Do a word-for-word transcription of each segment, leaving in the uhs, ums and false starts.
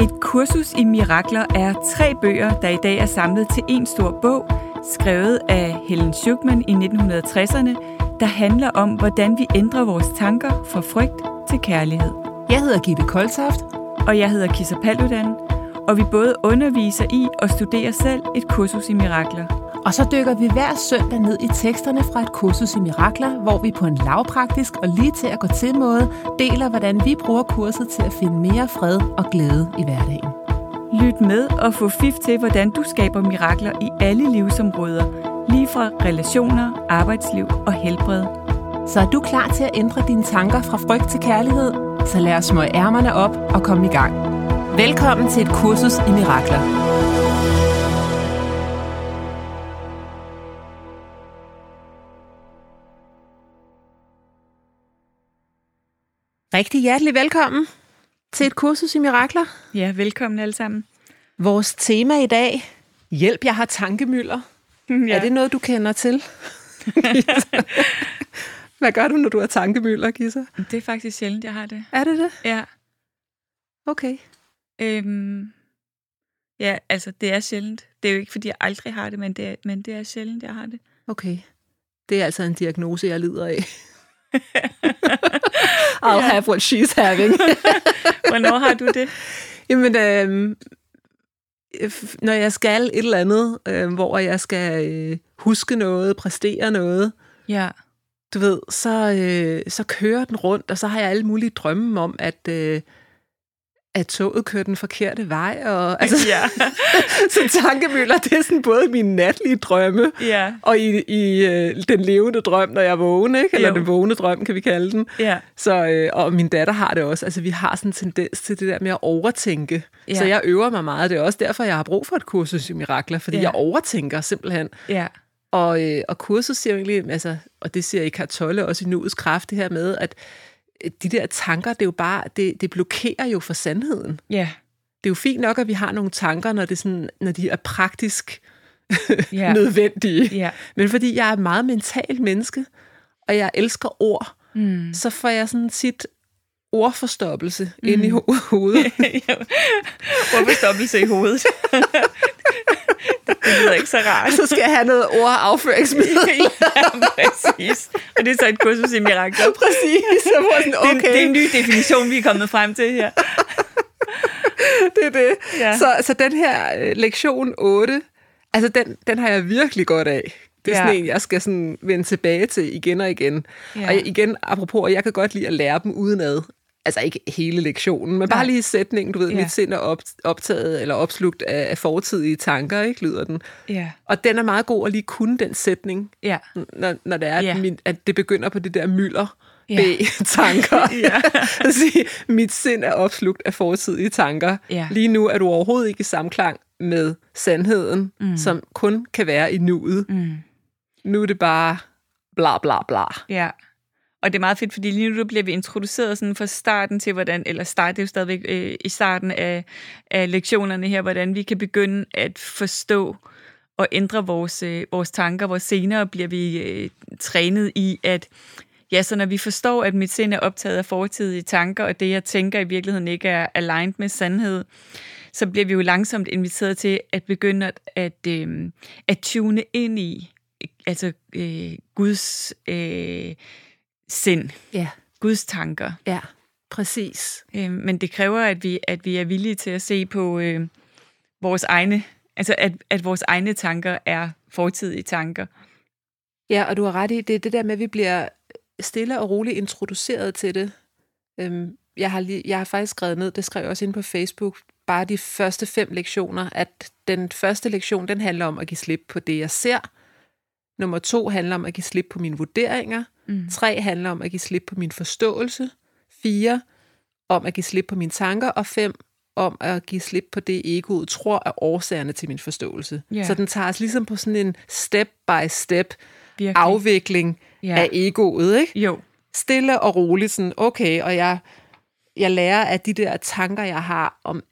Et kursus i mirakler er tre bøger, der i dag er samlet til en stor bog, skrevet af Helen Schucman i nitten tresserne, der handler om, hvordan vi ændrer vores tanker fra frygt til kærlighed. Jeg hedder Gitte Koltoft. Og jeg hedder Kissa Paludan, og vi både underviser i og studerer selv et kursus i mirakler. Og så dykker vi hver søndag ned i teksterne fra et kursus i mirakler, hvor vi på en lavpraktisk og lige til at gå til måde deler, hvordan vi bruger kurset til at finde mere fred og glæde i hverdagen. Lyt med og få fif til, hvordan du skaber mirakler i alle livsområder, lige fra relationer, arbejdsliv og helbred. Så er du klar til at ændre dine tanker fra frygt til kærlighed? Så lad os smøge ærmerne op og komme i gang. Velkommen til et kursus i mirakler. Rigtig hjertelig velkommen til et kursus i mirakler. Ja, velkommen alle sammen. Vores tema i dag, hjælp, jeg har tankemylder. Ja. Er det noget, du kender til? Hvad gør du, når du har tankemylder, Kissa? Det er faktisk sjældent, jeg har det. Er det det? Ja. Okay. Øhm, ja, altså det er sjældent. Det er jo ikke, fordi jeg aldrig har det, men det er, men det er sjældent, jeg har det. Okay. Det er altså en diagnose, jeg lider af. I'll ja. have what she's having. Hvornår har du det? Jamen, øh, når jeg skal et eller andet, øh, hvor jeg skal øh, huske noget, præstere noget, ja. du ved, så, øh, så kører den rundt, og så har jeg alle mulige drømme om, at, øh, at toget kører den forkerte vej. Og, altså, ja. så tankemylder, det er sådan både mine natlige drømme, ja. og i, i øh, den levende drøm, når jeg er vågen, ikke? Eller jo. Den vågne drøm, kan vi kalde den. Ja. Så, øh, og min datter har det også. Altså, vi har sådan en tendens til det der med at overtænke. Ja. Så jeg øver mig meget. Det er også derfor, jeg har brug for et kursus i mirakler, fordi ja. jeg overtænker simpelthen. Ja. Og, øh, og kurset siger egentlig, altså, og det siger Eckhart Tolle også i Nuets kraft, det her med, at de der tanker, det er jo bare, det, det blokerer jo for sandheden. Ja. Det er jo fint nok, at vi har nogle tanker, når, det sådan, når de er praktisk ja. nødvendige. Ja. Men fordi jeg er et meget mentalt menneske, og jeg elsker ord, mm. så får jeg sådan tit ordforstoppelse mm. inde i ho- hovedet. Ordforstoppelse i hovedet. Det lyder ikke så rart. Så skal jeg have noget ordafføringsmiddel. Ja, præcis. Og det er så et kursus i mirakler. Præcis. Så var sådan, okay. det, det er en ny definition, vi er kommet frem til her. Det er det. Ja. Så, så den her lektion otte, altså den, den har jeg virkelig godt af. Det er ja. sådan en, jeg skal sådan vende tilbage til igen og igen. Ja. Og igen, apropos, jeg kan godt lide at lære dem udenad. Altså ikke hele lektionen, men bare Nej. lige sætningen, du ved, ja. mit sind er op, optaget eller opslugt af, af fortidige tanker, ikke, lyder den. Ja. Og den er meget god at lige kunne den sætning, ja. når, når det er, ja. at, min, at det begynder på det der mylder B-tanker. Ja. At sige, mit sind er opslugt af fortidige tanker. Ja. Lige nu er du overhovedet ikke i samklang med sandheden, mm. som kun kan være i nuet. Mm. Nu er det bare bla bla bla. Ja. Og det er meget fedt, fordi lige nu bliver vi introduceret sådan fra starten til, hvordan, eller start, det er jo stadigvæk øh, i starten af, af lektionerne her, hvordan vi kan begynde at forstå og ændre vores, øh, vores tanker, hvor senere bliver vi øh, trænet i, at ja, så når vi forstår, at mit sind er optaget af fortidige tanker, og det, jeg tænker i virkeligheden ikke er aligned med sandhed, så bliver vi jo langsomt inviteret til at begynde at, at, øh, at tune ind i, altså øh, Guds øh, sind, ja. Guds tanker. Ja, præcis. Øh, men det kræver, at vi, at vi er villige til at se på øh, vores egne, altså at, at vores egne tanker er fortidige tanker. Ja, og du har ret i, det er det der med, at vi bliver stille og roligt introduceret til det. Øhm, jeg, har lige, jeg har faktisk skrevet ned, det skrev jeg også inde på Facebook, bare de første fem lektioner, at den første lektion, den handler om at give slip på det, jeg ser. Nummer to handler om at give slip på mine vurderinger. Mm. Tre handler om at give slip på min forståelse. Fire om at give slip på mine tanker. Og fem om at give slip på det, egoet tror er årsagerne til min forståelse. Yeah. Så den tager os ligesom på sådan en step-by-step Virkelig. afvikling yeah. af egoet, ikke? Jo. Stille og roligt, sådan, okay, og jeg, jeg lærer, at de der tanker, jeg har om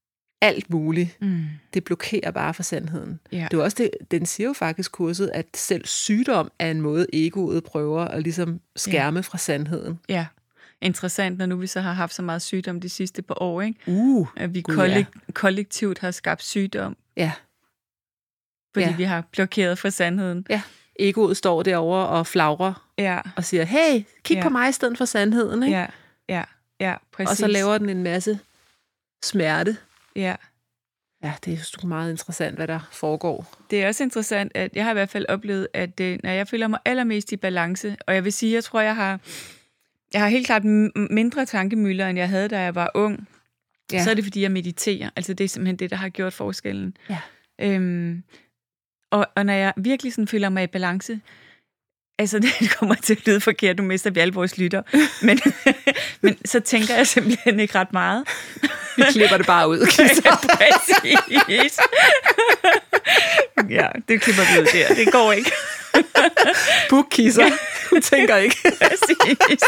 alt muligt, mm. det blokerer bare for sandheden. Yeah. Det er også det, den siger jo faktisk kurset, at selv sygdom er en måde, egoet prøver at ligesom skærme yeah. fra sandheden. Ja. interessant, når nu vi så har haft så meget sygdom de sidste par år, ikke? Uh, At vi Gud, kollek- ja. kollektivt har skabt sygdom, Ja. fordi Ja. vi har blokeret for sandheden. Ja. Egoet står derovre og flagrer Ja, og siger, hey, kig Ja. på mig i stedet for sandheden, ikke? ja, ja, ja, præcis. Og så laver den en masse smerte. Ja. Ja, det er jo sgu meget interessant, hvad der foregår. Det er også interessant, at jeg har i hvert fald oplevet, at øh, når jeg føler mig allermest i balance, og jeg vil sige, jeg tror, jeg har, jeg har helt klart m- mindre tankemøller, end jeg havde, da jeg var ung, Ja. så er det, fordi jeg mediterer. Altså, det er simpelthen det, der har gjort forskellen. Ja. Øhm, og, og når jeg virkelig sådan føler mig i balance, altså, det kommer til at lyde forkert, nu mister vi alle vores lytter, men, men så tænker jeg simpelthen ikke ret meget. Vi klipper det bare ud. Ja, præcis. Ja, det klipper vi ud der. Det går ikke. Book-kisser. Hun tænker ikke. Præcis.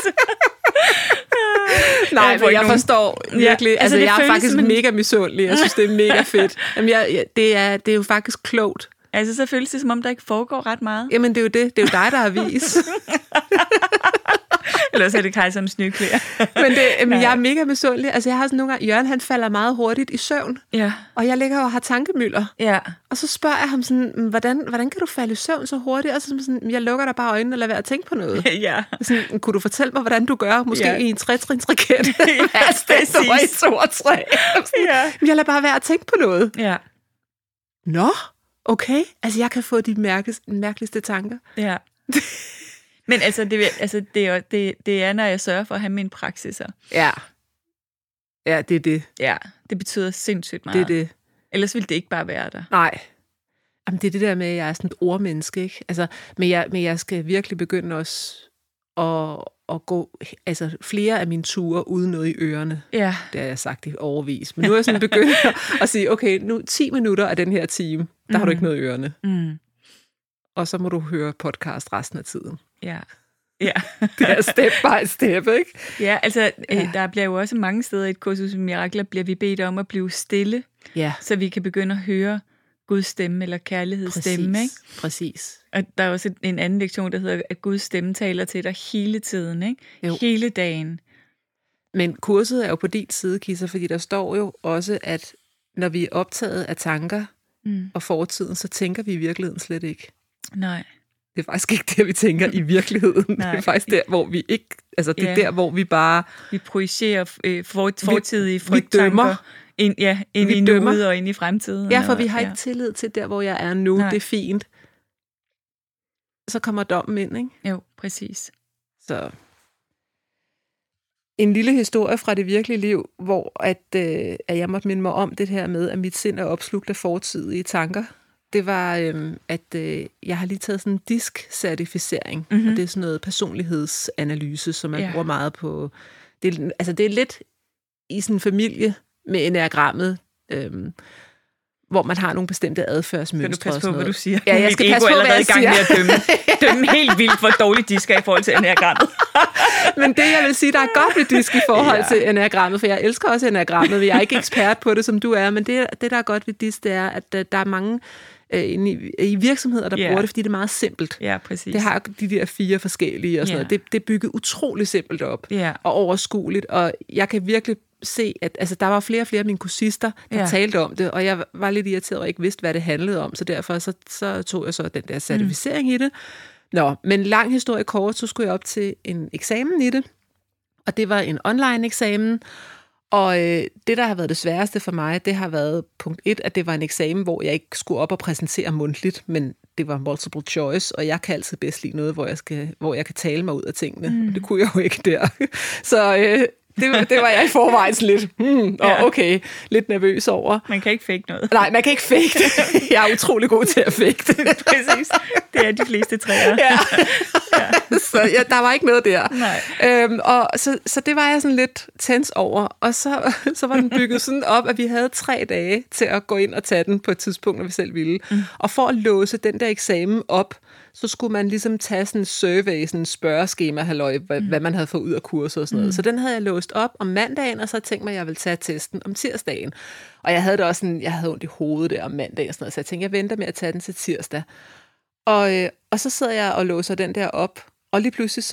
Nej, Jeg får men ikke jeg nogen- forstår Ja, virkelig. altså, Altså, det jeg er føles faktisk som en- mega misundelig. Jeg synes, det er mega fedt. Jamen, jeg, jeg, det, er, det er jo faktisk klogt. Altså, så føles det, som om der ikke foregår ret meget. Jamen, det er jo det. Det er jo dig, der har vist. Ellers er det kejserens nye klæder. Men det, jamen, Nej. jeg er mega misundelig. Altså, jeg har sådan nogle gange... Jørgen, han falder meget hurtigt i søvn. Ja, Og jeg ligger og har tankemøller. ja. Og så spørger jeg ham sådan, "Men hvordan, hvordan kan du falde i søvn så hurtigt? Og så sådan, jeg lukker dig bare øjnene og lader være at tænke på noget. Ja. Sådan, kunne du fortælle mig, hvordan du gør? Måske Ja. i en trætrinsraket. Ja, Det var i præcis. to og tre. Ja. Men jeg lader bare være at tænke på noget. Ja, Nå, okay. Altså, jeg kan få de mærkeligste, mærkeligste tanker. ja. Men altså, det, altså det, er, det, det er, når jeg sørger for at have mine praksiser. Ja. Ja, det er det. Ja, det betyder sindssygt meget. Det er det. Ellers ville det ikke bare være der. Nej. Jamen, det er det der med, at jeg er sådan et ordmenneske, ikke? Altså, men jeg, men jeg skal virkelig begynde også at, at gå altså, flere af mine ture uden noget i ørerne. Ja, Det har jeg sagt i overvis. Men nu er jeg sådan begyndt at sige, okay, nu ti minutter af den her time, der har du ikke noget i ørerne. mm. Og så må du høre podcast resten af tiden. ja. Ja. Det er step by step, ikke? Ja, altså, Ja. ja. Der bliver jo også mange steder i et kursus i mirakler, bliver vi bedt om at blive stille, Ja, så vi kan begynde at høre Guds stemme eller kærlighedsstemme, ikke? Præcis. Og der er også en anden lektion, der hedder, at Guds stemme taler til dig hele tiden, ikke? Jo. Hele dagen. Men kurset er jo på din side, Kisser, fordi der står jo også, at når vi er optaget af tanker Mm. og fortiden, så tænker vi i virkeligheden slet ikke. Nej. Det er faktisk ikke det, vi tænker i virkeligheden. Nej. Det er faktisk der, hvor vi ikke... Altså, det er Ja. der, hvor vi bare... Vi projicerer øh, for, fortidige vi frygttanker dømmer. ind, ja, ind Vi i dømmer. nuet og ind i fremtiden. Ja, for og, vi har ja. ikke tillid til der, hvor jeg er nu. Nej. Det er fint. Så kommer dommen ind, ikke? Jo, præcis. Så en lille historie fra det virkelige liv, hvor at, øh, at jeg måtte minde mig om det her med, at mit sind er opslugt af fortidige tanker. Det var, øh, at øh, jeg har lige taget sådan en disk-certificering, Mhm. mm-hmm. og det er sådan noget personlighedsanalyse, som man Ja. ja. bruger meget på. Det, er- altså det er lidt i sådan en familie med enagrammet, øh, hvor man har nogle bestemte adfærdsmønstre. Skal du passe og på, sådan hvad du noget. siger? Ja, jeg Mit skal ego passe er på, hvad allerede jeg i gang med at siger. dømme, dømme helt vildt, hvor dårligt de skal i forhold til enagrammet. Men det, jeg vil sige, der er godt ved disk i forhold Ja. ja. til enagrammet, for jeg elsker også enagrammet. Jeg er ikke ekspert på det, som du er, men det, det der er godt ved disk, det er, at øh, der er mange øh, i, i virksomheder, der Ja. bruger det, fordi det er meget simpelt. Ja, præcis. Det har de der fire forskellige og sådan Ja. noget. Det, det er bygget utrolig simpelt op Ja. og overskueligt, og jeg kan virkelig se, at altså, der var flere og flere af mine kursister, der Ja. ja. talte om det, og jeg var lidt irriteret og ikke vidste, hvad det handlede om, så derfor så, så tog jeg så den der certificering mm. i det. Nå, men lang historie kort, så skulle jeg op til en eksamen i det, og det var en online eksamen, og øh, det, der har været det sværeste for mig, det har været punkt et, at det var en eksamen, hvor jeg ikke skulle op og præsentere mundtligt, men det var multiple choice, og jeg kan altid bedst lide noget, hvor jeg, skal, hvor jeg kan tale mig ud af tingene. Mm. Det kunne jeg jo ikke der. Så øh, det, det var jeg i forvejen lidt, hmm, og Ja. okay, lidt nervøs over. Man kan ikke fake noget. Nej, man kan ikke fake det. Jeg er utrolig god til at fake det. Præcis. Det er de fleste træer. Ja. ja. Så ja, der var ikke noget der. Nej. Øhm, og så, så det var jeg sådan lidt tens over. Og så, så var den bygget sådan op, at vi havde tre dage til at gå ind og tage den på et tidspunkt, når vi selv ville. Mm. Og for at låse den der eksamen op, så skulle man ligesom tage sådan en survey, sådan en spørgeskema, halløj, hvad, mm. hvad man havde fået ud af kurset og sådan noget. Mm. Så den havde jeg låst op om mandagen, og så tænkte mig, at jeg ville tage testen om tirsdagen. Og jeg havde det også sådan, jeg havde ondt i hovedet der om mandagen og sådan noget, så jeg tænkte, jeg venter med at tage den til tirsdag. Og, øh, og så sidder jeg og låser den der op, og lige pludselig så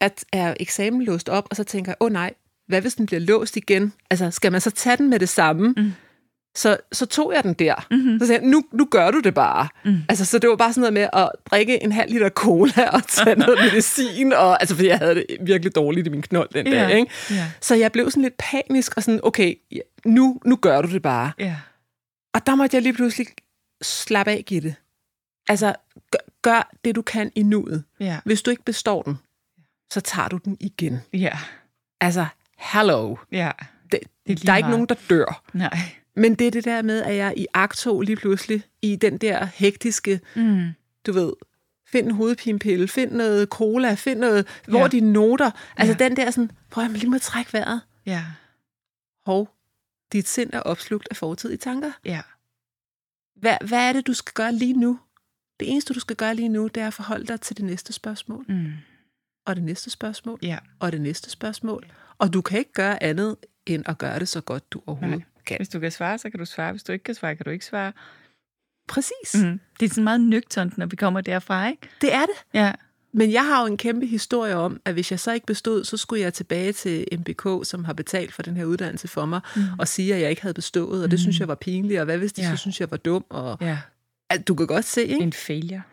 at er eksamen låst op, og så tænker jeg, åh oh, nej, hvad hvis den bliver låst igen? Altså, skal man så tage den med det samme? Mm. Så, så tog jeg den der. Mm-hmm. Så sagde jeg, nu, nu gør du det bare. Mm. Altså, så det var bare sådan noget med at drikke en halv liter cola og tage noget medicin, og, altså, fordi jeg havde det virkelig dårligt i min knold den yeah. dag. Ikke? Yeah. Så jeg blev sådan lidt panisk, og sådan, okay, nu, nu gør du det bare. Yeah. Og der måtte jeg lige pludselig slappe af, Gitte. Altså, gør, gør det, du kan i nuet. Yeah. Hvis du ikke består den, så tager du den igen. Yeah. Altså, hello. Yeah. Det, det er der er ikke nogen, der dør. Nej. Men det er det der med, at jeg i akt to lige pludselig, i den der hektiske, mm. du ved, find en hovedpinepille, find noget cola, find noget, hvor ja. dine noter, altså ja. den der sådan, prøv at lige må trække vejret. Ja. Hov, dit sind er opslugt af fortidige tanker. Ja. Hvad, hvad er det, du skal gøre lige nu? Det eneste, du skal gøre lige nu, det er at forholde dig til det næste spørgsmål. Mm. Og det næste spørgsmål. Ja. Og det næste spørgsmål. Og du kan ikke gøre andet, end at gøre det så godt, du overhovedet Nej. kan. Hvis du kan svare, så kan du svare. Hvis du ikke kan svare, kan du ikke svare. Præcis. Mm. Det er sådan meget nøgternt, når vi kommer derfra, ikke? Det er det. Ja. Men jeg har jo en kæmpe historie om, at hvis jeg så ikke bestod, så skulle jeg tilbage til M B K, som har betalt for den her uddannelse for mig, mm. og sige, at jeg ikke havde bestået, og det mm. synes jeg var pinligt, og hvad hvis de ja. så synes, jeg var dum? Og ja. at du kan godt se, ikke? En failure.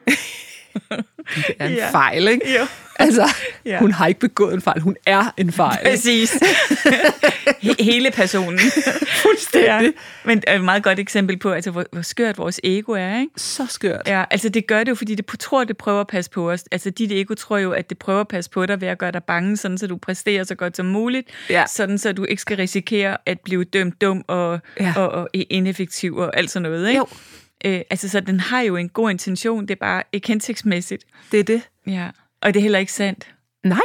Det er en ja. fejl, ikke? Jo. Altså, ja. hun har ikke begået en fejl, hun er en fejl. Præcis. Hele personen. Fuldstændig. Ja. Men et meget godt eksempel på, altså, hvor, hvor skørt vores ego er, ikke? Så skørt. Ja, altså det gør det jo, fordi det tror, det prøver at passe på os. Altså dit ego tror jo, at det prøver at passe på dig ved at gøre dig bange, sådan så du præsterer så godt som muligt, ja. sådan så du ikke skal risikere at blive dømt dum og, ja. og, og ineffektiv og alt sådan noget, ikke? Jo. Øh, altså, så den har jo en god intention, det er bare ikke hensigtsmæssigt. Det er det. Ja, og det er heller ikke sandt. Nej.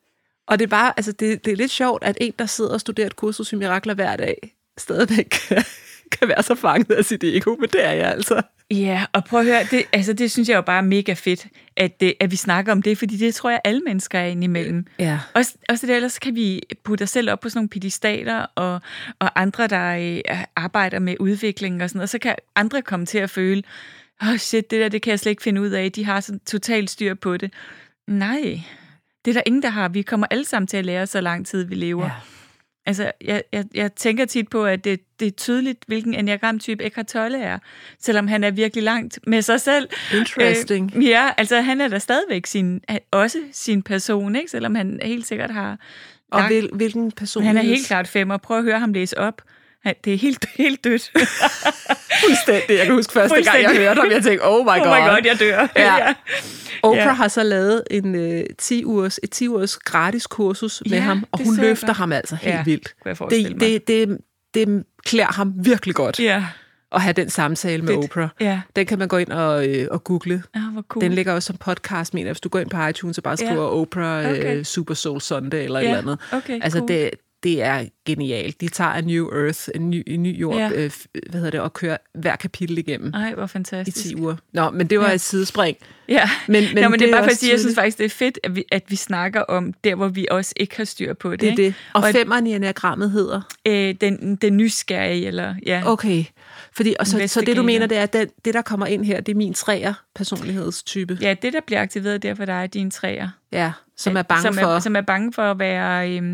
Og det er bare, altså, det, det er lidt sjovt, at en, der sidder og studerer et kursus i mirakler hver dag, stadigvæk kan, kan være så fanget af sit ego, men det er jeg altså. Ja, og prøv at høre, det, altså, det synes jeg jo bare er mega fedt, at, det, at vi snakker om det, fordi det tror jeg, alle mennesker er indimellem. Ja. Også, også det, ellers kan vi putte os selv op på sådan nogle pedestaler, og, og andre, der øh, arbejder med udvikling og sådan noget, og så kan andre komme til at føle, åh oh shit, det der, det kan jeg slet ikke finde ud af, de har sådan totalt styr på det. Nej, det er der ingen, der har. Vi kommer alle sammen til at lære så lang tid, vi lever. Ja. Altså, jeg, jeg, jeg tænker tit på, at det, det er tydeligt, hvilken enneagramtype Eckhart Tolle er, selvom han er virkelig langt med sig selv. Interesting. Øh, ja, altså han er da stadigvæk sin, også sin person, ikke? Selvom han helt sikkert har... Og hvil, hvilken person? Han er helt klart femmer. Prøv at høre ham læse op. Det er helt, helt dødt. Fuldstændig. Jeg kan huske første gang, jeg hørte ham, jeg tænkte, oh my god. Oh my god, jeg dør. Ja. Ja. Oprah ja. har så lavet en uh, ti ugers, et ti ugers gratis kursus med ja, ham, og hun løfter jeg. ham altså helt ja, vildt. Det, det, det, det klæder ham virkelig godt ja. at have den samtale med Fedt. Oprah. Ja. Den kan man gå ind og, øh, og google. Ja, hvor cool. Den ligger også som podcast, mener jeg. Hvis du går ind på iTunes og bare skriver ja. Oprah okay. øh, Super Soul Sunday eller ja. et eller andet. Okay, altså cool. det Det er genialt. De tager en New Earth, en ny, en ny jord, ja. øh, hvad hedder det, og kører hver kapitel igennem. Ej, hvor fantastisk. I ti uger. Nå, men det var ja. et sidespring. Ja, men, men, Nå, men det, det er bare for at sige, jeg synes faktisk, det er fedt, at vi, at vi snakker om der, hvor vi også ikke har styr på det. Det er ikke? det. Og, og femmeren i enneagrammet hedder? Øh, den, den nysgerrige, eller ja. Okay. Fordi, og så, så det, du mener, det er, at det, det, der kommer ind her, det er min træer personlighedstype. Ja, det, der bliver aktiveret der for dig, er din træer. Ja, som er bange som for... Er, som er bange for at være... Øhm,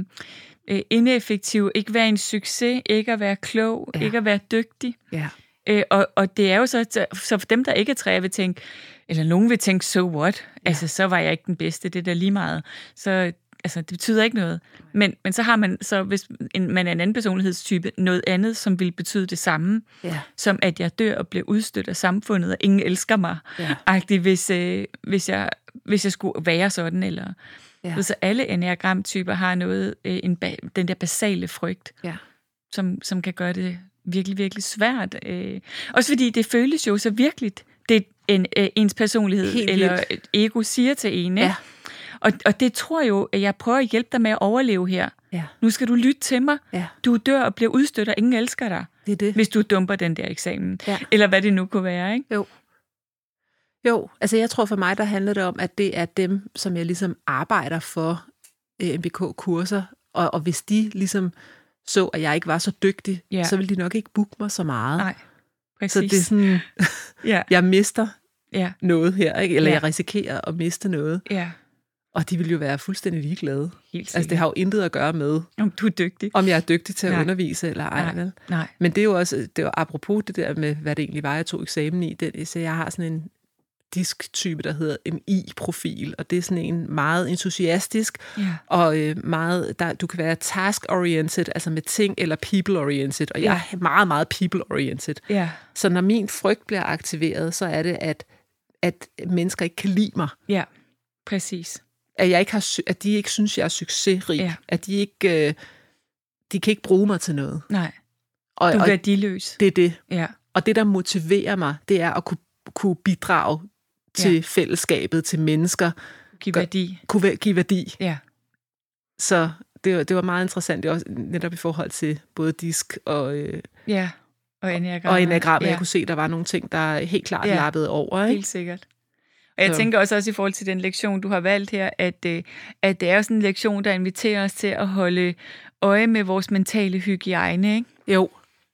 ineffektiv, ikke være en succes, ikke at være klog, ja. ikke at være dygtig. Ja. Øh, og, og det er jo så, så for dem, der ikke er træer, vil tænke, eller nogen vil tænke, so what? Ja. Altså, så var jeg ikke den bedste, det er da lige meget. Så altså, det betyder ikke noget. Men, men så har man, så hvis en, man er en anden personlighedstype, noget andet, som vil betyde det samme, ja. som at jeg dør og bliver udstødt af samfundet, og ingen elsker mig. Ja. Agtigt, hvis, øh, hvis, jeg, hvis jeg skulle være sådan, eller... Ja. Så alle enneagramtyper har noget, en, den der basale frygt, ja. som, som kan gøre det virkelig, virkelig svært. Også fordi det føles jo så virkeligt, det en, ens personlighed Helt eller vildt. ego siger til en. Ja. Og, og det tror jo, at jeg prøver at hjælpe dig med at overleve her. Ja. Nu skal du lytte til mig. Ja. Du dør og bliver udstødt, og ingen elsker dig, det er det. hvis du dumper den der eksamen. Ja. Eller hvad det nu kunne være, ikke? Jo. Jo, altså jeg tror for mig, der handler det om, at det er dem, som jeg ligesom arbejder for M B K-kurser, og, og hvis de ligesom så, at jeg ikke var så dygtig, ja. så ville de nok ikke booke mig så meget. Nej, præcis. Så det er sådan, ja. jeg mister ja. noget her, ikke? Eller ja. jeg risikerer at miste noget. Ja. Og de vil jo være fuldstændig ligeglade. Helt altså, det har jo intet at gøre med, om du er dygtig. Om jeg er dygtig til at Nej. undervise eller ej. Nej. Vel? Nej. Men det er jo også, det er jo apropos det der med, hvad det egentlig var, jeg tog eksamen i. Det, så jeg har sådan en disktype, der hedder en I-profil, og det er sådan en meget entusiastisk, Ja. og øh, meget, der, du kan være task-oriented, altså med ting, eller people-oriented, og Ja. jeg er meget, meget people-oriented. Ja. Så når min frygt bliver aktiveret, så er det, at, at mennesker ikke kan lide mig. Ja, præcis. At, jeg ikke har, sy- at de ikke synes, jeg er succesrig. Ja. At de ikke, øh, de kan ikke bruge mig til noget. Nej, Og, du er og værdiløs. det er det. Ja. Og det, der motiverer mig, det er at kunne, kunne bidrage til Ja. fællesskabet, til mennesker. Giv værdi. Kunne give værdi. Ja. Så det var, det var meget interessant, det var også netop i forhold til både disk og, øh, Ja, og enneagram. og enneagram. Ja. Jeg kunne se, der var nogle ting, der helt klart Ja. lappede over. Ikke? Helt sikkert. Og jeg Så. tænker også, også i forhold til den lektion, du har valgt her, at, øh, at det er jo sådan en lektion, der inviterer os til at holde øje med vores mentale hygiejne, ikke? Jo.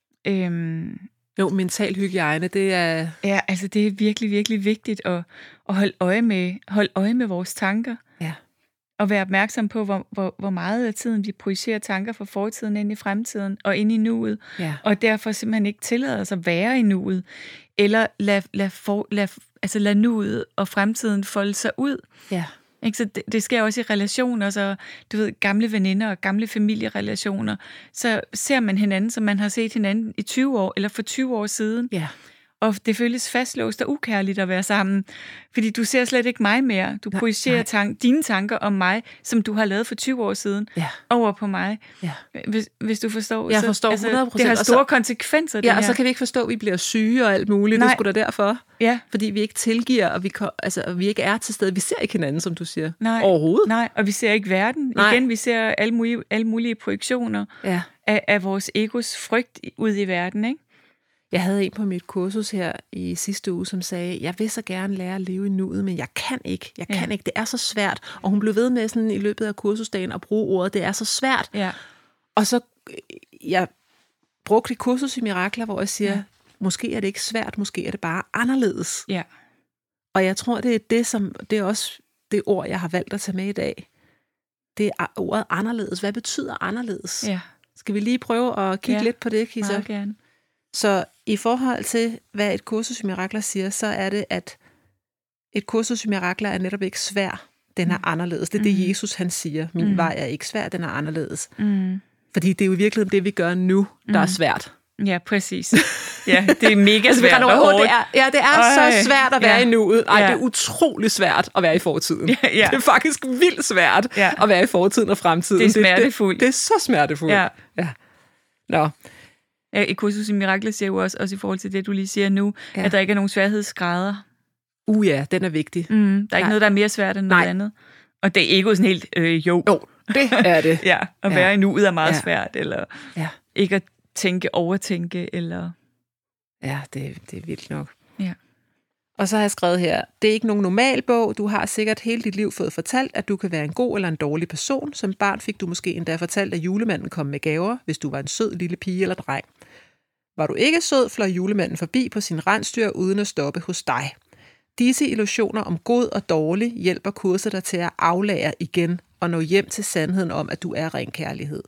Øhm, Jo, mental hygiejne, det er... ja, altså det er virkelig, virkelig vigtigt at, at holde, øje med, holde øje med vores tanker. Ja. Og være opmærksom på, hvor, hvor, hvor meget af tiden vi projicerer tanker fra fortiden ind i fremtiden og ind i nuet. Ja. Og derfor simpelthen ikke tillader os at være i nuet. Eller lad, lad, for, lad, altså lad nuet og fremtiden folde sig ud. Ja. Ikke? Så det, det sker også i relationer, så du ved, gamle veninder og gamle familierelationer, så ser man hinanden, som man har set hinanden i tyve år, eller for tyve år siden. Ja. Og det føles fastlåst og ukærligt at være sammen, fordi du ser slet ikke mig mere. Du Nej, projicerer nej. tank, dine tanker om mig, som du har lavet for tyve år siden, Ja. over på mig. Ja. Hvis, hvis du forstår. Jeg så, forstår hundrede procent. Det har Og store så- konsekvenser, det Ja, her. og så kan vi ikke forstå, at vi bliver syge og alt muligt. Nej. Det er sgu da derfor. Ja, Fordi vi ikke tilgiver, og vi, ko- altså, og vi ikke er til stede. Vi ser ikke hinanden, som du siger. nej, Overhovedet. nej, og vi ser ikke verden. Nej. Igen, vi ser alle mulige, alle mulige projektioner Ja. af, af vores egos frygt ud i verden, ikke? Jeg havde en på mit kursus her i sidste uge, som sagde, jeg vil så gerne lære at leve i nuet, men jeg kan ikke. Jeg kan Ja. ikke. Det er så svært. Og hun blev ved med sådan i løbet af kursusdagen at bruge ordet, det er så svært. Ja, Og så, øh, jeg brugte et kursus i Mirakler, hvor jeg siger, Ja. ja. måske er det ikke svært, måske er det bare anderledes. ja, Og jeg tror, det er det, som, det er også det ord, jeg har valgt at tage med i dag. Det er ordet anderledes. Hvad betyder anderledes? ja, Skal vi lige prøve at kigge Ja, lidt på det, Kisser? meget gerne. Så i forhold til, hvad et kursus i Mirakler siger, så er det, at et kursus i Mirakler er netop ikke svær. Den er anderledes. Det er det, Jesus han siger. Min Mm. vej er ikke svær, den er anderledes. Mm. Fordi det er jo i virkeligheden det, vi gør nu, der er Mm. svært. Ja, præcis. Ja, det er mega Altså, vi svært render og over, "Åh, hårdt. det er, ja, det er Øj, så svært at være ja. i nuet. Ej, Ja. det er utrolig svært at være i fortiden. Ja, ja. Det er faktisk vildt svært Ja. at være i fortiden og fremtiden. Det er smertefuldt. Det, det er så smertefuldt. Ja. Ja. Nå. Ja, i kursus i Mirakler siger jo også, også i forhold til det, du lige siger nu, Ja. ja. at der ikke er nogen sværhedsgrader. Uh ja, den er vigtig. Mm, der er ikke Nej. noget, der er mere svært end noget Nej. andet. Og det er ikke sådan helt, øh, jo. Jo, det er det. Ja, at Ja. være i nuet er meget Ja. svært, eller Ja. ikke at tænke, overtænke, eller... Ja, det, det er vildt nok. Ja. Og så har jeg skrevet her, det er ikke nogen normal bog. Du har sikkert hele dit liv fået fortalt, at du kan være en god eller en dårlig person. Som barn fik du måske endda fortalt, at julemanden kom med gaver, hvis du var en sød lille pige eller dreng. Var du ikke sød, fløj julemanden forbi på sin rensdyr uden at stoppe hos dig. Disse illusioner om god og dårlig hjælper kurset dig til at aflære igen og nå hjem til sandheden om, at du er ren kærlighed.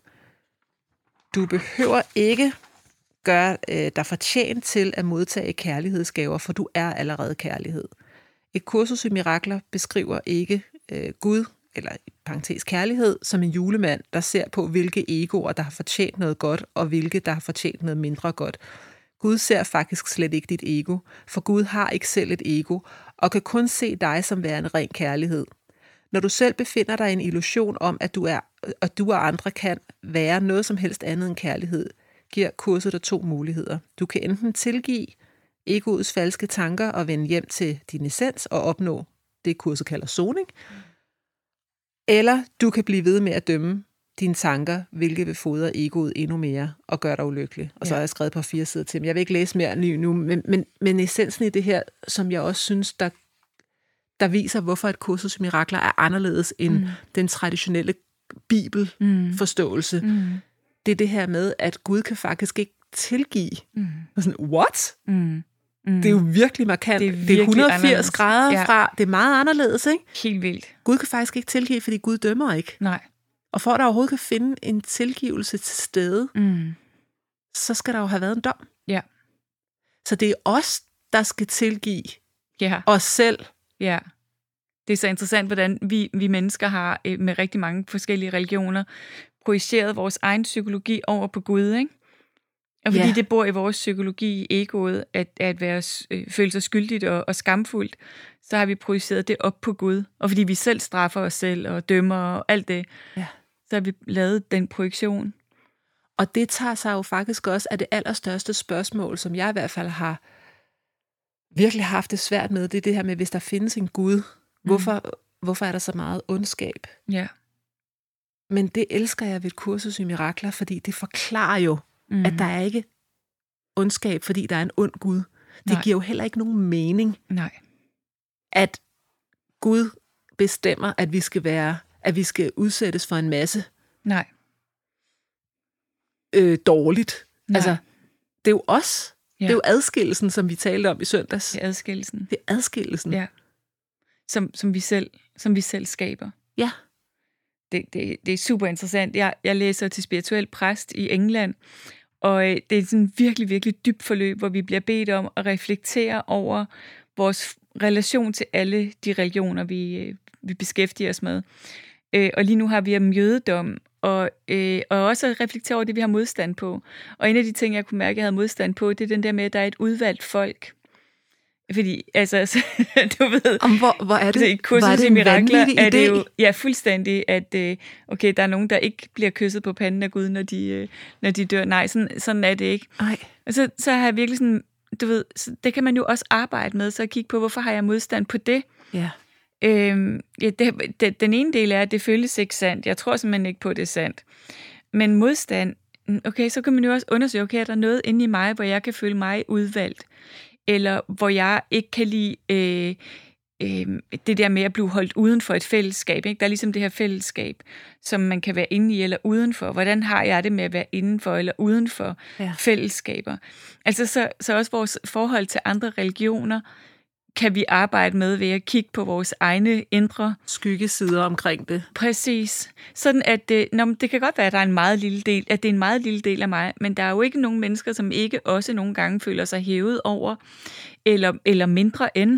Du behøver ikke gøre øh, dig fortjent til at modtage kærlighedsgaver, for du er allerede kærlighed. Et kursus i mirakler beskriver ikke øh, Gud, eller i parentes kærlighed, som en julemand, der ser på, hvilke egoer, der har fortjent noget godt, og hvilke, der har fortjent noget mindre godt. Gud ser faktisk slet ikke dit ego, for Gud har ikke selv et ego, og kan kun se dig som værende ren kærlighed. Når du selv befinder dig i en illusion om, at du, er, at du og andre kan være noget som helst andet end kærlighed, giver kurset dig to muligheder. Du kan enten tilgive egoets falske tanker og vende hjem til din essens og opnå det, kurset kalder soning, eller du kan blive ved med at dømme dine tanker, hvilket vil fodre egoet endnu mere og gøre dig ulykkelig. Og så Ja. har jeg skrevet på fire sider til dem. Jeg vil ikke læse mere nu, nu men, men, men essensen i det her, som jeg også synes, der, der viser, hvorfor et kursus i mirakler er anderledes end mm. den traditionelle bibelforståelse, Mm. det er det her med, at Gud kan faktisk ikke tilgive. Mm. Og sådan, what? Mm. Mm. Det er jo virkelig markant. Det er, virkelig det er et hundrede og firs anderledes. Grader ja. Fra. Det er meget anderledes, ikke? Helt vildt. Gud kan faktisk ikke tilgive, fordi Gud dømmer ikke. Nej. Og for at der overhovedet kan finde en tilgivelse til stede, mm. så skal der jo have været en dom. Ja. Så det er os, der skal tilgive ja. os selv. Ja. Det er så interessant, hvordan vi, vi mennesker har med rigtig mange forskellige religioner projiceret vores egen psykologi over på Gud, ikke? Og fordi ja. Det bor i vores psykologi, i egoet, at, at være, øh, føle sig skyldigt og, og skamfuldt, så har vi projiceret det op på Gud. Og fordi vi selv straffer os selv og dømmer og alt det, ja. Så har vi lavet den projektion. Og det tager sig jo faktisk også af det allerstørste spørgsmål, som jeg i hvert fald har virkelig haft det svært med, det er det her med, hvis der findes en Gud, mm. hvorfor, hvorfor er der så meget ondskab? Ja. Men det elsker jeg ved et kursus i mirakler, fordi det forklarer jo, mm. at der er ikke ondskab, fordi der er en ond Gud. Det Nej. Giver jo heller ikke nogen mening, Nej. At Gud bestemmer, at vi skal være, at vi skal udsættes for en masse Nej. Øh, dårligt. Nej. Altså, det er jo os. Ja. Det er jo adskillelsen, som vi talte om i søndags. Det er adskillelsen. Det er adskillelsen. Ja. Som, som, vi, selv, som vi selv skaber. Ja. Det, det, det er super interessant. Jeg, jeg læser til spirituel præst i England, og øh, det er sådan virkelig, virkelig dybt forløb, hvor vi bliver bedt om at reflektere over vores relation til alle de religioner, vi, øh, vi beskæftiger os med. Øh, og lige nu har vi om jødedom, og, øh, og også reflektere over det, vi har modstand på. Og en af de ting, jeg kunne mærke, jeg havde modstand på, det er den der med, at der er et udvalgt folk. Fordi, altså, altså du ved... Om hvor, hvor er det? Altså, i kursus i mirakler er det jo ja, fuldstændig, at øh, okay, der er nogen, der ikke bliver kysset på panden af Gud, når de, øh, når de dør. Nej, sådan, sådan er det ikke. Ej. Og så, så har jeg virkelig sådan, du ved, så det kan man jo også arbejde med, så kigge på, hvorfor har jeg modstand på det? Ja. Øhm, ja, det, det, den ene del er, at det føles ikke sandt. Jeg tror simpelthen ikke på, at det er sandt. Men modstand, okay, så kan man jo også undersøge, okay, er der noget inde i mig, hvor jeg kan føle mig udvalgt? Eller hvor jeg ikke kan lide øh, øh, det der med at blive holdt uden for et fællesskab. Ikke? Der er ligesom det her fællesskab, som man kan være inde i eller udenfor. Hvordan har jeg det med at være indenfor eller udenfor ja. Fællesskaber? Altså så, så også vores forhold til andre religioner, kan vi arbejde med ved at kigge på vores egne indre skyggesider omkring det. Præcis. Sådan at det, nå, det kan godt være, at der er en meget lille del, at det er en meget lille del af mig, men der er jo ikke nogen mennesker, som ikke også nogle gange føler sig hævet over, eller, eller mindre end,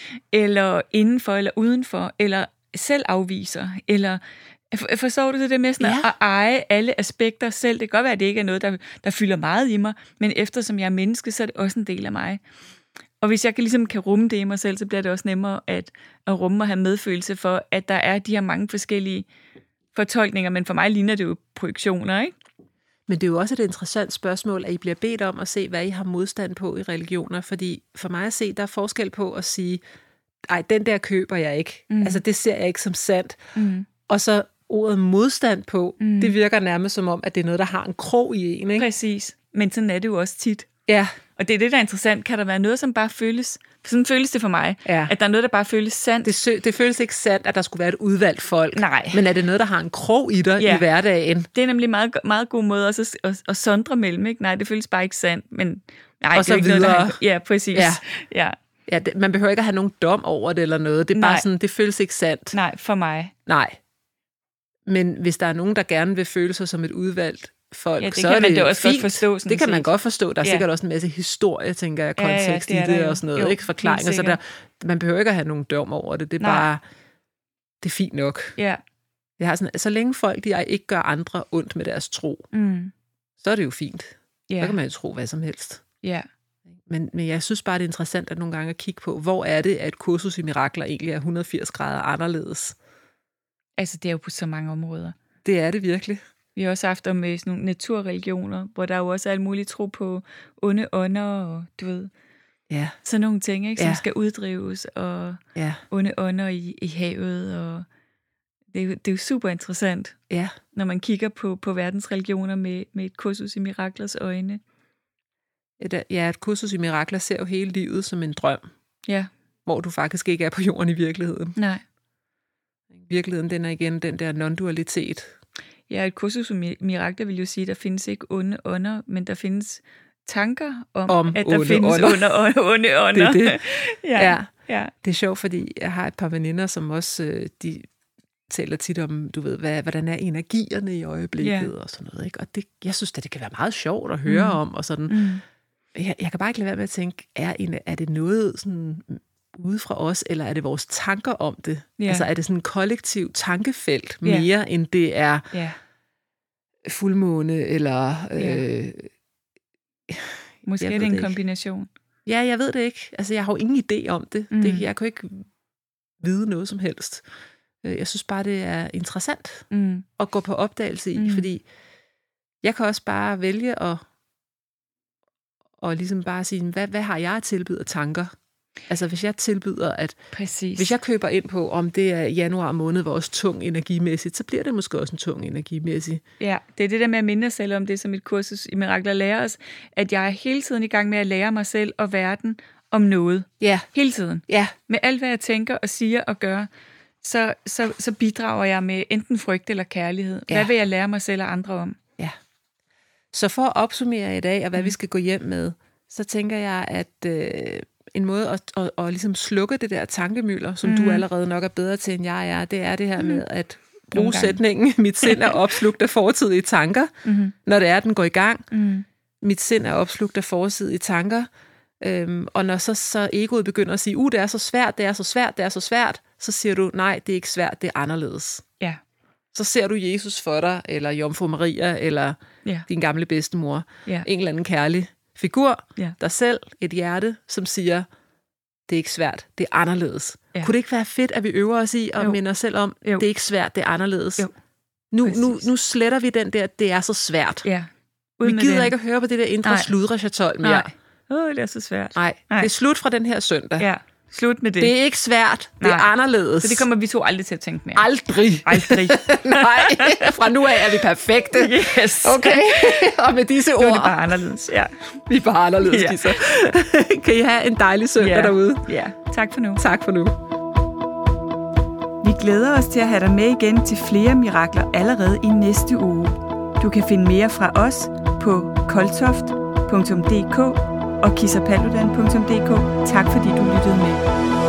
eller indenfor, eller udenfor, eller selv afviser, eller forstår du det, det med sådan ja. At eje alle aspekter selv? Det kan godt være, at det ikke er noget, der, der fylder meget i mig, men eftersom jeg er menneske, så er det også en del af mig. Og hvis jeg kan, ligesom kan rumme det i mig selv, så bliver det også nemmere at, at rumme og have medfølelse for, at der er de her mange forskellige fortolkninger, men for mig ligner det jo projektioner, ikke? Men det er jo også et interessant spørgsmål, at I bliver bedt om at se, hvad I har modstand på i religioner, fordi for mig at se, der er forskel på at sige, ej, den der køber jeg ikke. Mm. Altså, det ser jeg ikke som sandt. Mm. Og så ordet modstand på, mm. det virker nærmest som om, at det er noget, der har en krog i en, ikke? Præcis. Men sådan er det jo også tit. Ja. Og det er det, der er interessant. Kan der være noget, som bare føles... Sådan føles det for mig. Ja. At der er noget, der bare føles sandt. Det, sø- det føles ikke sandt, at der skulle være et udvalgt folk. Nej. Men er det noget, der har en krog i dig ja. I hverdagen? Det er nemlig en meget, meget god måde også at, at, at sondre mellem. Ikke? Nej, det føles bare ikke sandt. Men nej, og så det er ikke videre. Noget, der har... Ja, præcis. Ja. Ja. Ja, det, man behøver ikke at have nogen dom over det eller noget. Det er nej. Bare sådan, det føles ikke sandt. Nej, for mig. Nej. Men hvis der er nogen, der gerne vil føle sig som et udvalgt folk, ja, det så kan er man det da også fint. Godt forstå. Det kan set. Man godt forstå. Der er ja. Sikkert også en masse historie, tænker jeg, kontekst ja, ja, det i det jo. og sådan noget, jo, ikke? Forklaringer. Så der, man behøver ikke at have nogen dom over det. Det er Nej. Bare, det er fint nok. Ja. Jeg har sådan, så længe folk de ikke gør andre ondt med deres tro, mm. så er det jo fint. Ja. Så kan man jo tro hvad som helst. Ja. Men, men jeg synes bare, det er interessant at nogle gange at kigge på, hvor er det, at et kursus i mirakler egentlig er et hundrede og firs grader anderledes. Altså, det er jo på så mange områder. Det er det virkelig. Vi har også haft om sådan nogle naturreligioner, hvor der jo også er alt muligt tro på onde ånder, og du ved, ja. Sådan nogle ting, ikke, som ja. Skal uddrives, og ja. Onde ånder i, i havet, og det er, jo, det er jo super interessant, ja. Når man kigger på, på verdens religioner med, med et kursus i miraklers øjne. Et, ja, et kursus i mirakler ser jo hele livet som en drøm, ja. Hvor du faktisk ikke er på jorden i virkeligheden. Nej. Virkeligheden, den er igen den der non-dualitet. Ja, et kursus i mirakler vil jo sige, at der findes ikke onde ånder, men der findes tanker om, om at der onde findes ånder. under, onde ånder. Det er det. ja. Ja. ja. Det er sjovt, fordi jeg har et par veninder, som også øh, de taler tit om, du ved, hvad, hvordan er energierne i øjeblikket Ja. og sådan noget. Ikke? Og det, jeg synes at det kan være meget sjovt at høre Mm. om. Og sådan. Mm. Jeg, jeg kan bare ikke lade være med at tænke, er, en, er det noget sådan ude fra os, eller er det vores tanker om det? Ja. Altså er det sådan en kollektiv tankefelt Ja. mere, end det er Ja. fuldmåne, eller... Ja. Øh, Måske Jeg er ved det en det ikke. kombination. ja, jeg ved det ikke. Altså jeg har jo ingen idé om det. Mm. det. Jeg kan jo ikke vide noget som helst. Øh, Jeg synes bare, det er interessant Mm. at gå på opdagelse i, Mm. fordi jeg kan også bare vælge at og ligesom bare sige, hvad, hvad har jeg at tilbyde af tanker? Altså hvis jeg tilbyder, at Præcis. hvis jeg køber ind på, om det er januar måned, hvor også tung energimæssigt, så bliver det måske også en tung energimæssig. Ja, det er det der med at minde sig selv om det, som et kursus i Mirakler lærer os, at jeg er hele tiden i gang med at lære mig selv og verden om noget. Ja, Hele tiden. ja, Med alt, hvad jeg tænker og siger og gør, så, så, så bidrager jeg med enten frygt eller kærlighed. Ja. Hvad vil jeg lære mig selv og andre om? ja. Så for at opsummere i dag, og hvad mm. vi skal gå hjem med, så tænker jeg, at øh, en måde at, at, at, at ligesom slukke det der tankemylder, som mm. du allerede nok er bedre til, end jeg er, det er det her mm. med at bruge sætningen, mit sind er opslugt af fortidige tanker, mm. når det er, at den går i gang. Mm. Mit sind er opslugt af fortidige tanker, øhm, og når så, så egoet begynder at sige, uh, det er så svært, det er så svært, det er så svært, så siger du, nej, det er ikke svært, det er anderledes. Ja. Så ser du Jesus for dig, eller Jomfru Maria, eller Ja. din gamle bedstemor, Ja. en eller anden kærlig figur, Ja. dig selv, et hjerte, som siger, det er ikke svært, det er anderledes. Ja. Kunne det ikke være fedt, at vi øver os i at Jo. minde os selv om, Jo. det er ikke svært, det er anderledes. Jo. Nu, nu, Præcis. nu sletter vi den der, det er så svært. Ja. Vi Uden med gider den. ikke at høre på det der indre Nej. sludrechatol mere. Nej. Åh, oh, det er så svært. Nej, Nej. det er slut fra den her søndag. Ja, slut med det. Det er ikke svært, det er Nej. anderledes. Så det kommer vi to aldrig til at tænke mere. Aldrig. Aldrig. Nej, fra nu af er vi perfekte. Yes. Okay, og med disse Nu er ord, det bare anderledes. Ja. vi er bare anderledes, Ja. Kisser. Kan I have en dejlig søndag Ja. derude. Ja. Tak for nu. Tak for nu. Vi glæder os til at have dig med igen til flere mirakler allerede i næste uge. Du kan finde mere fra os på koltoft punktum d k og kissapaludan punktum d k. Tak fordi du lyttede med.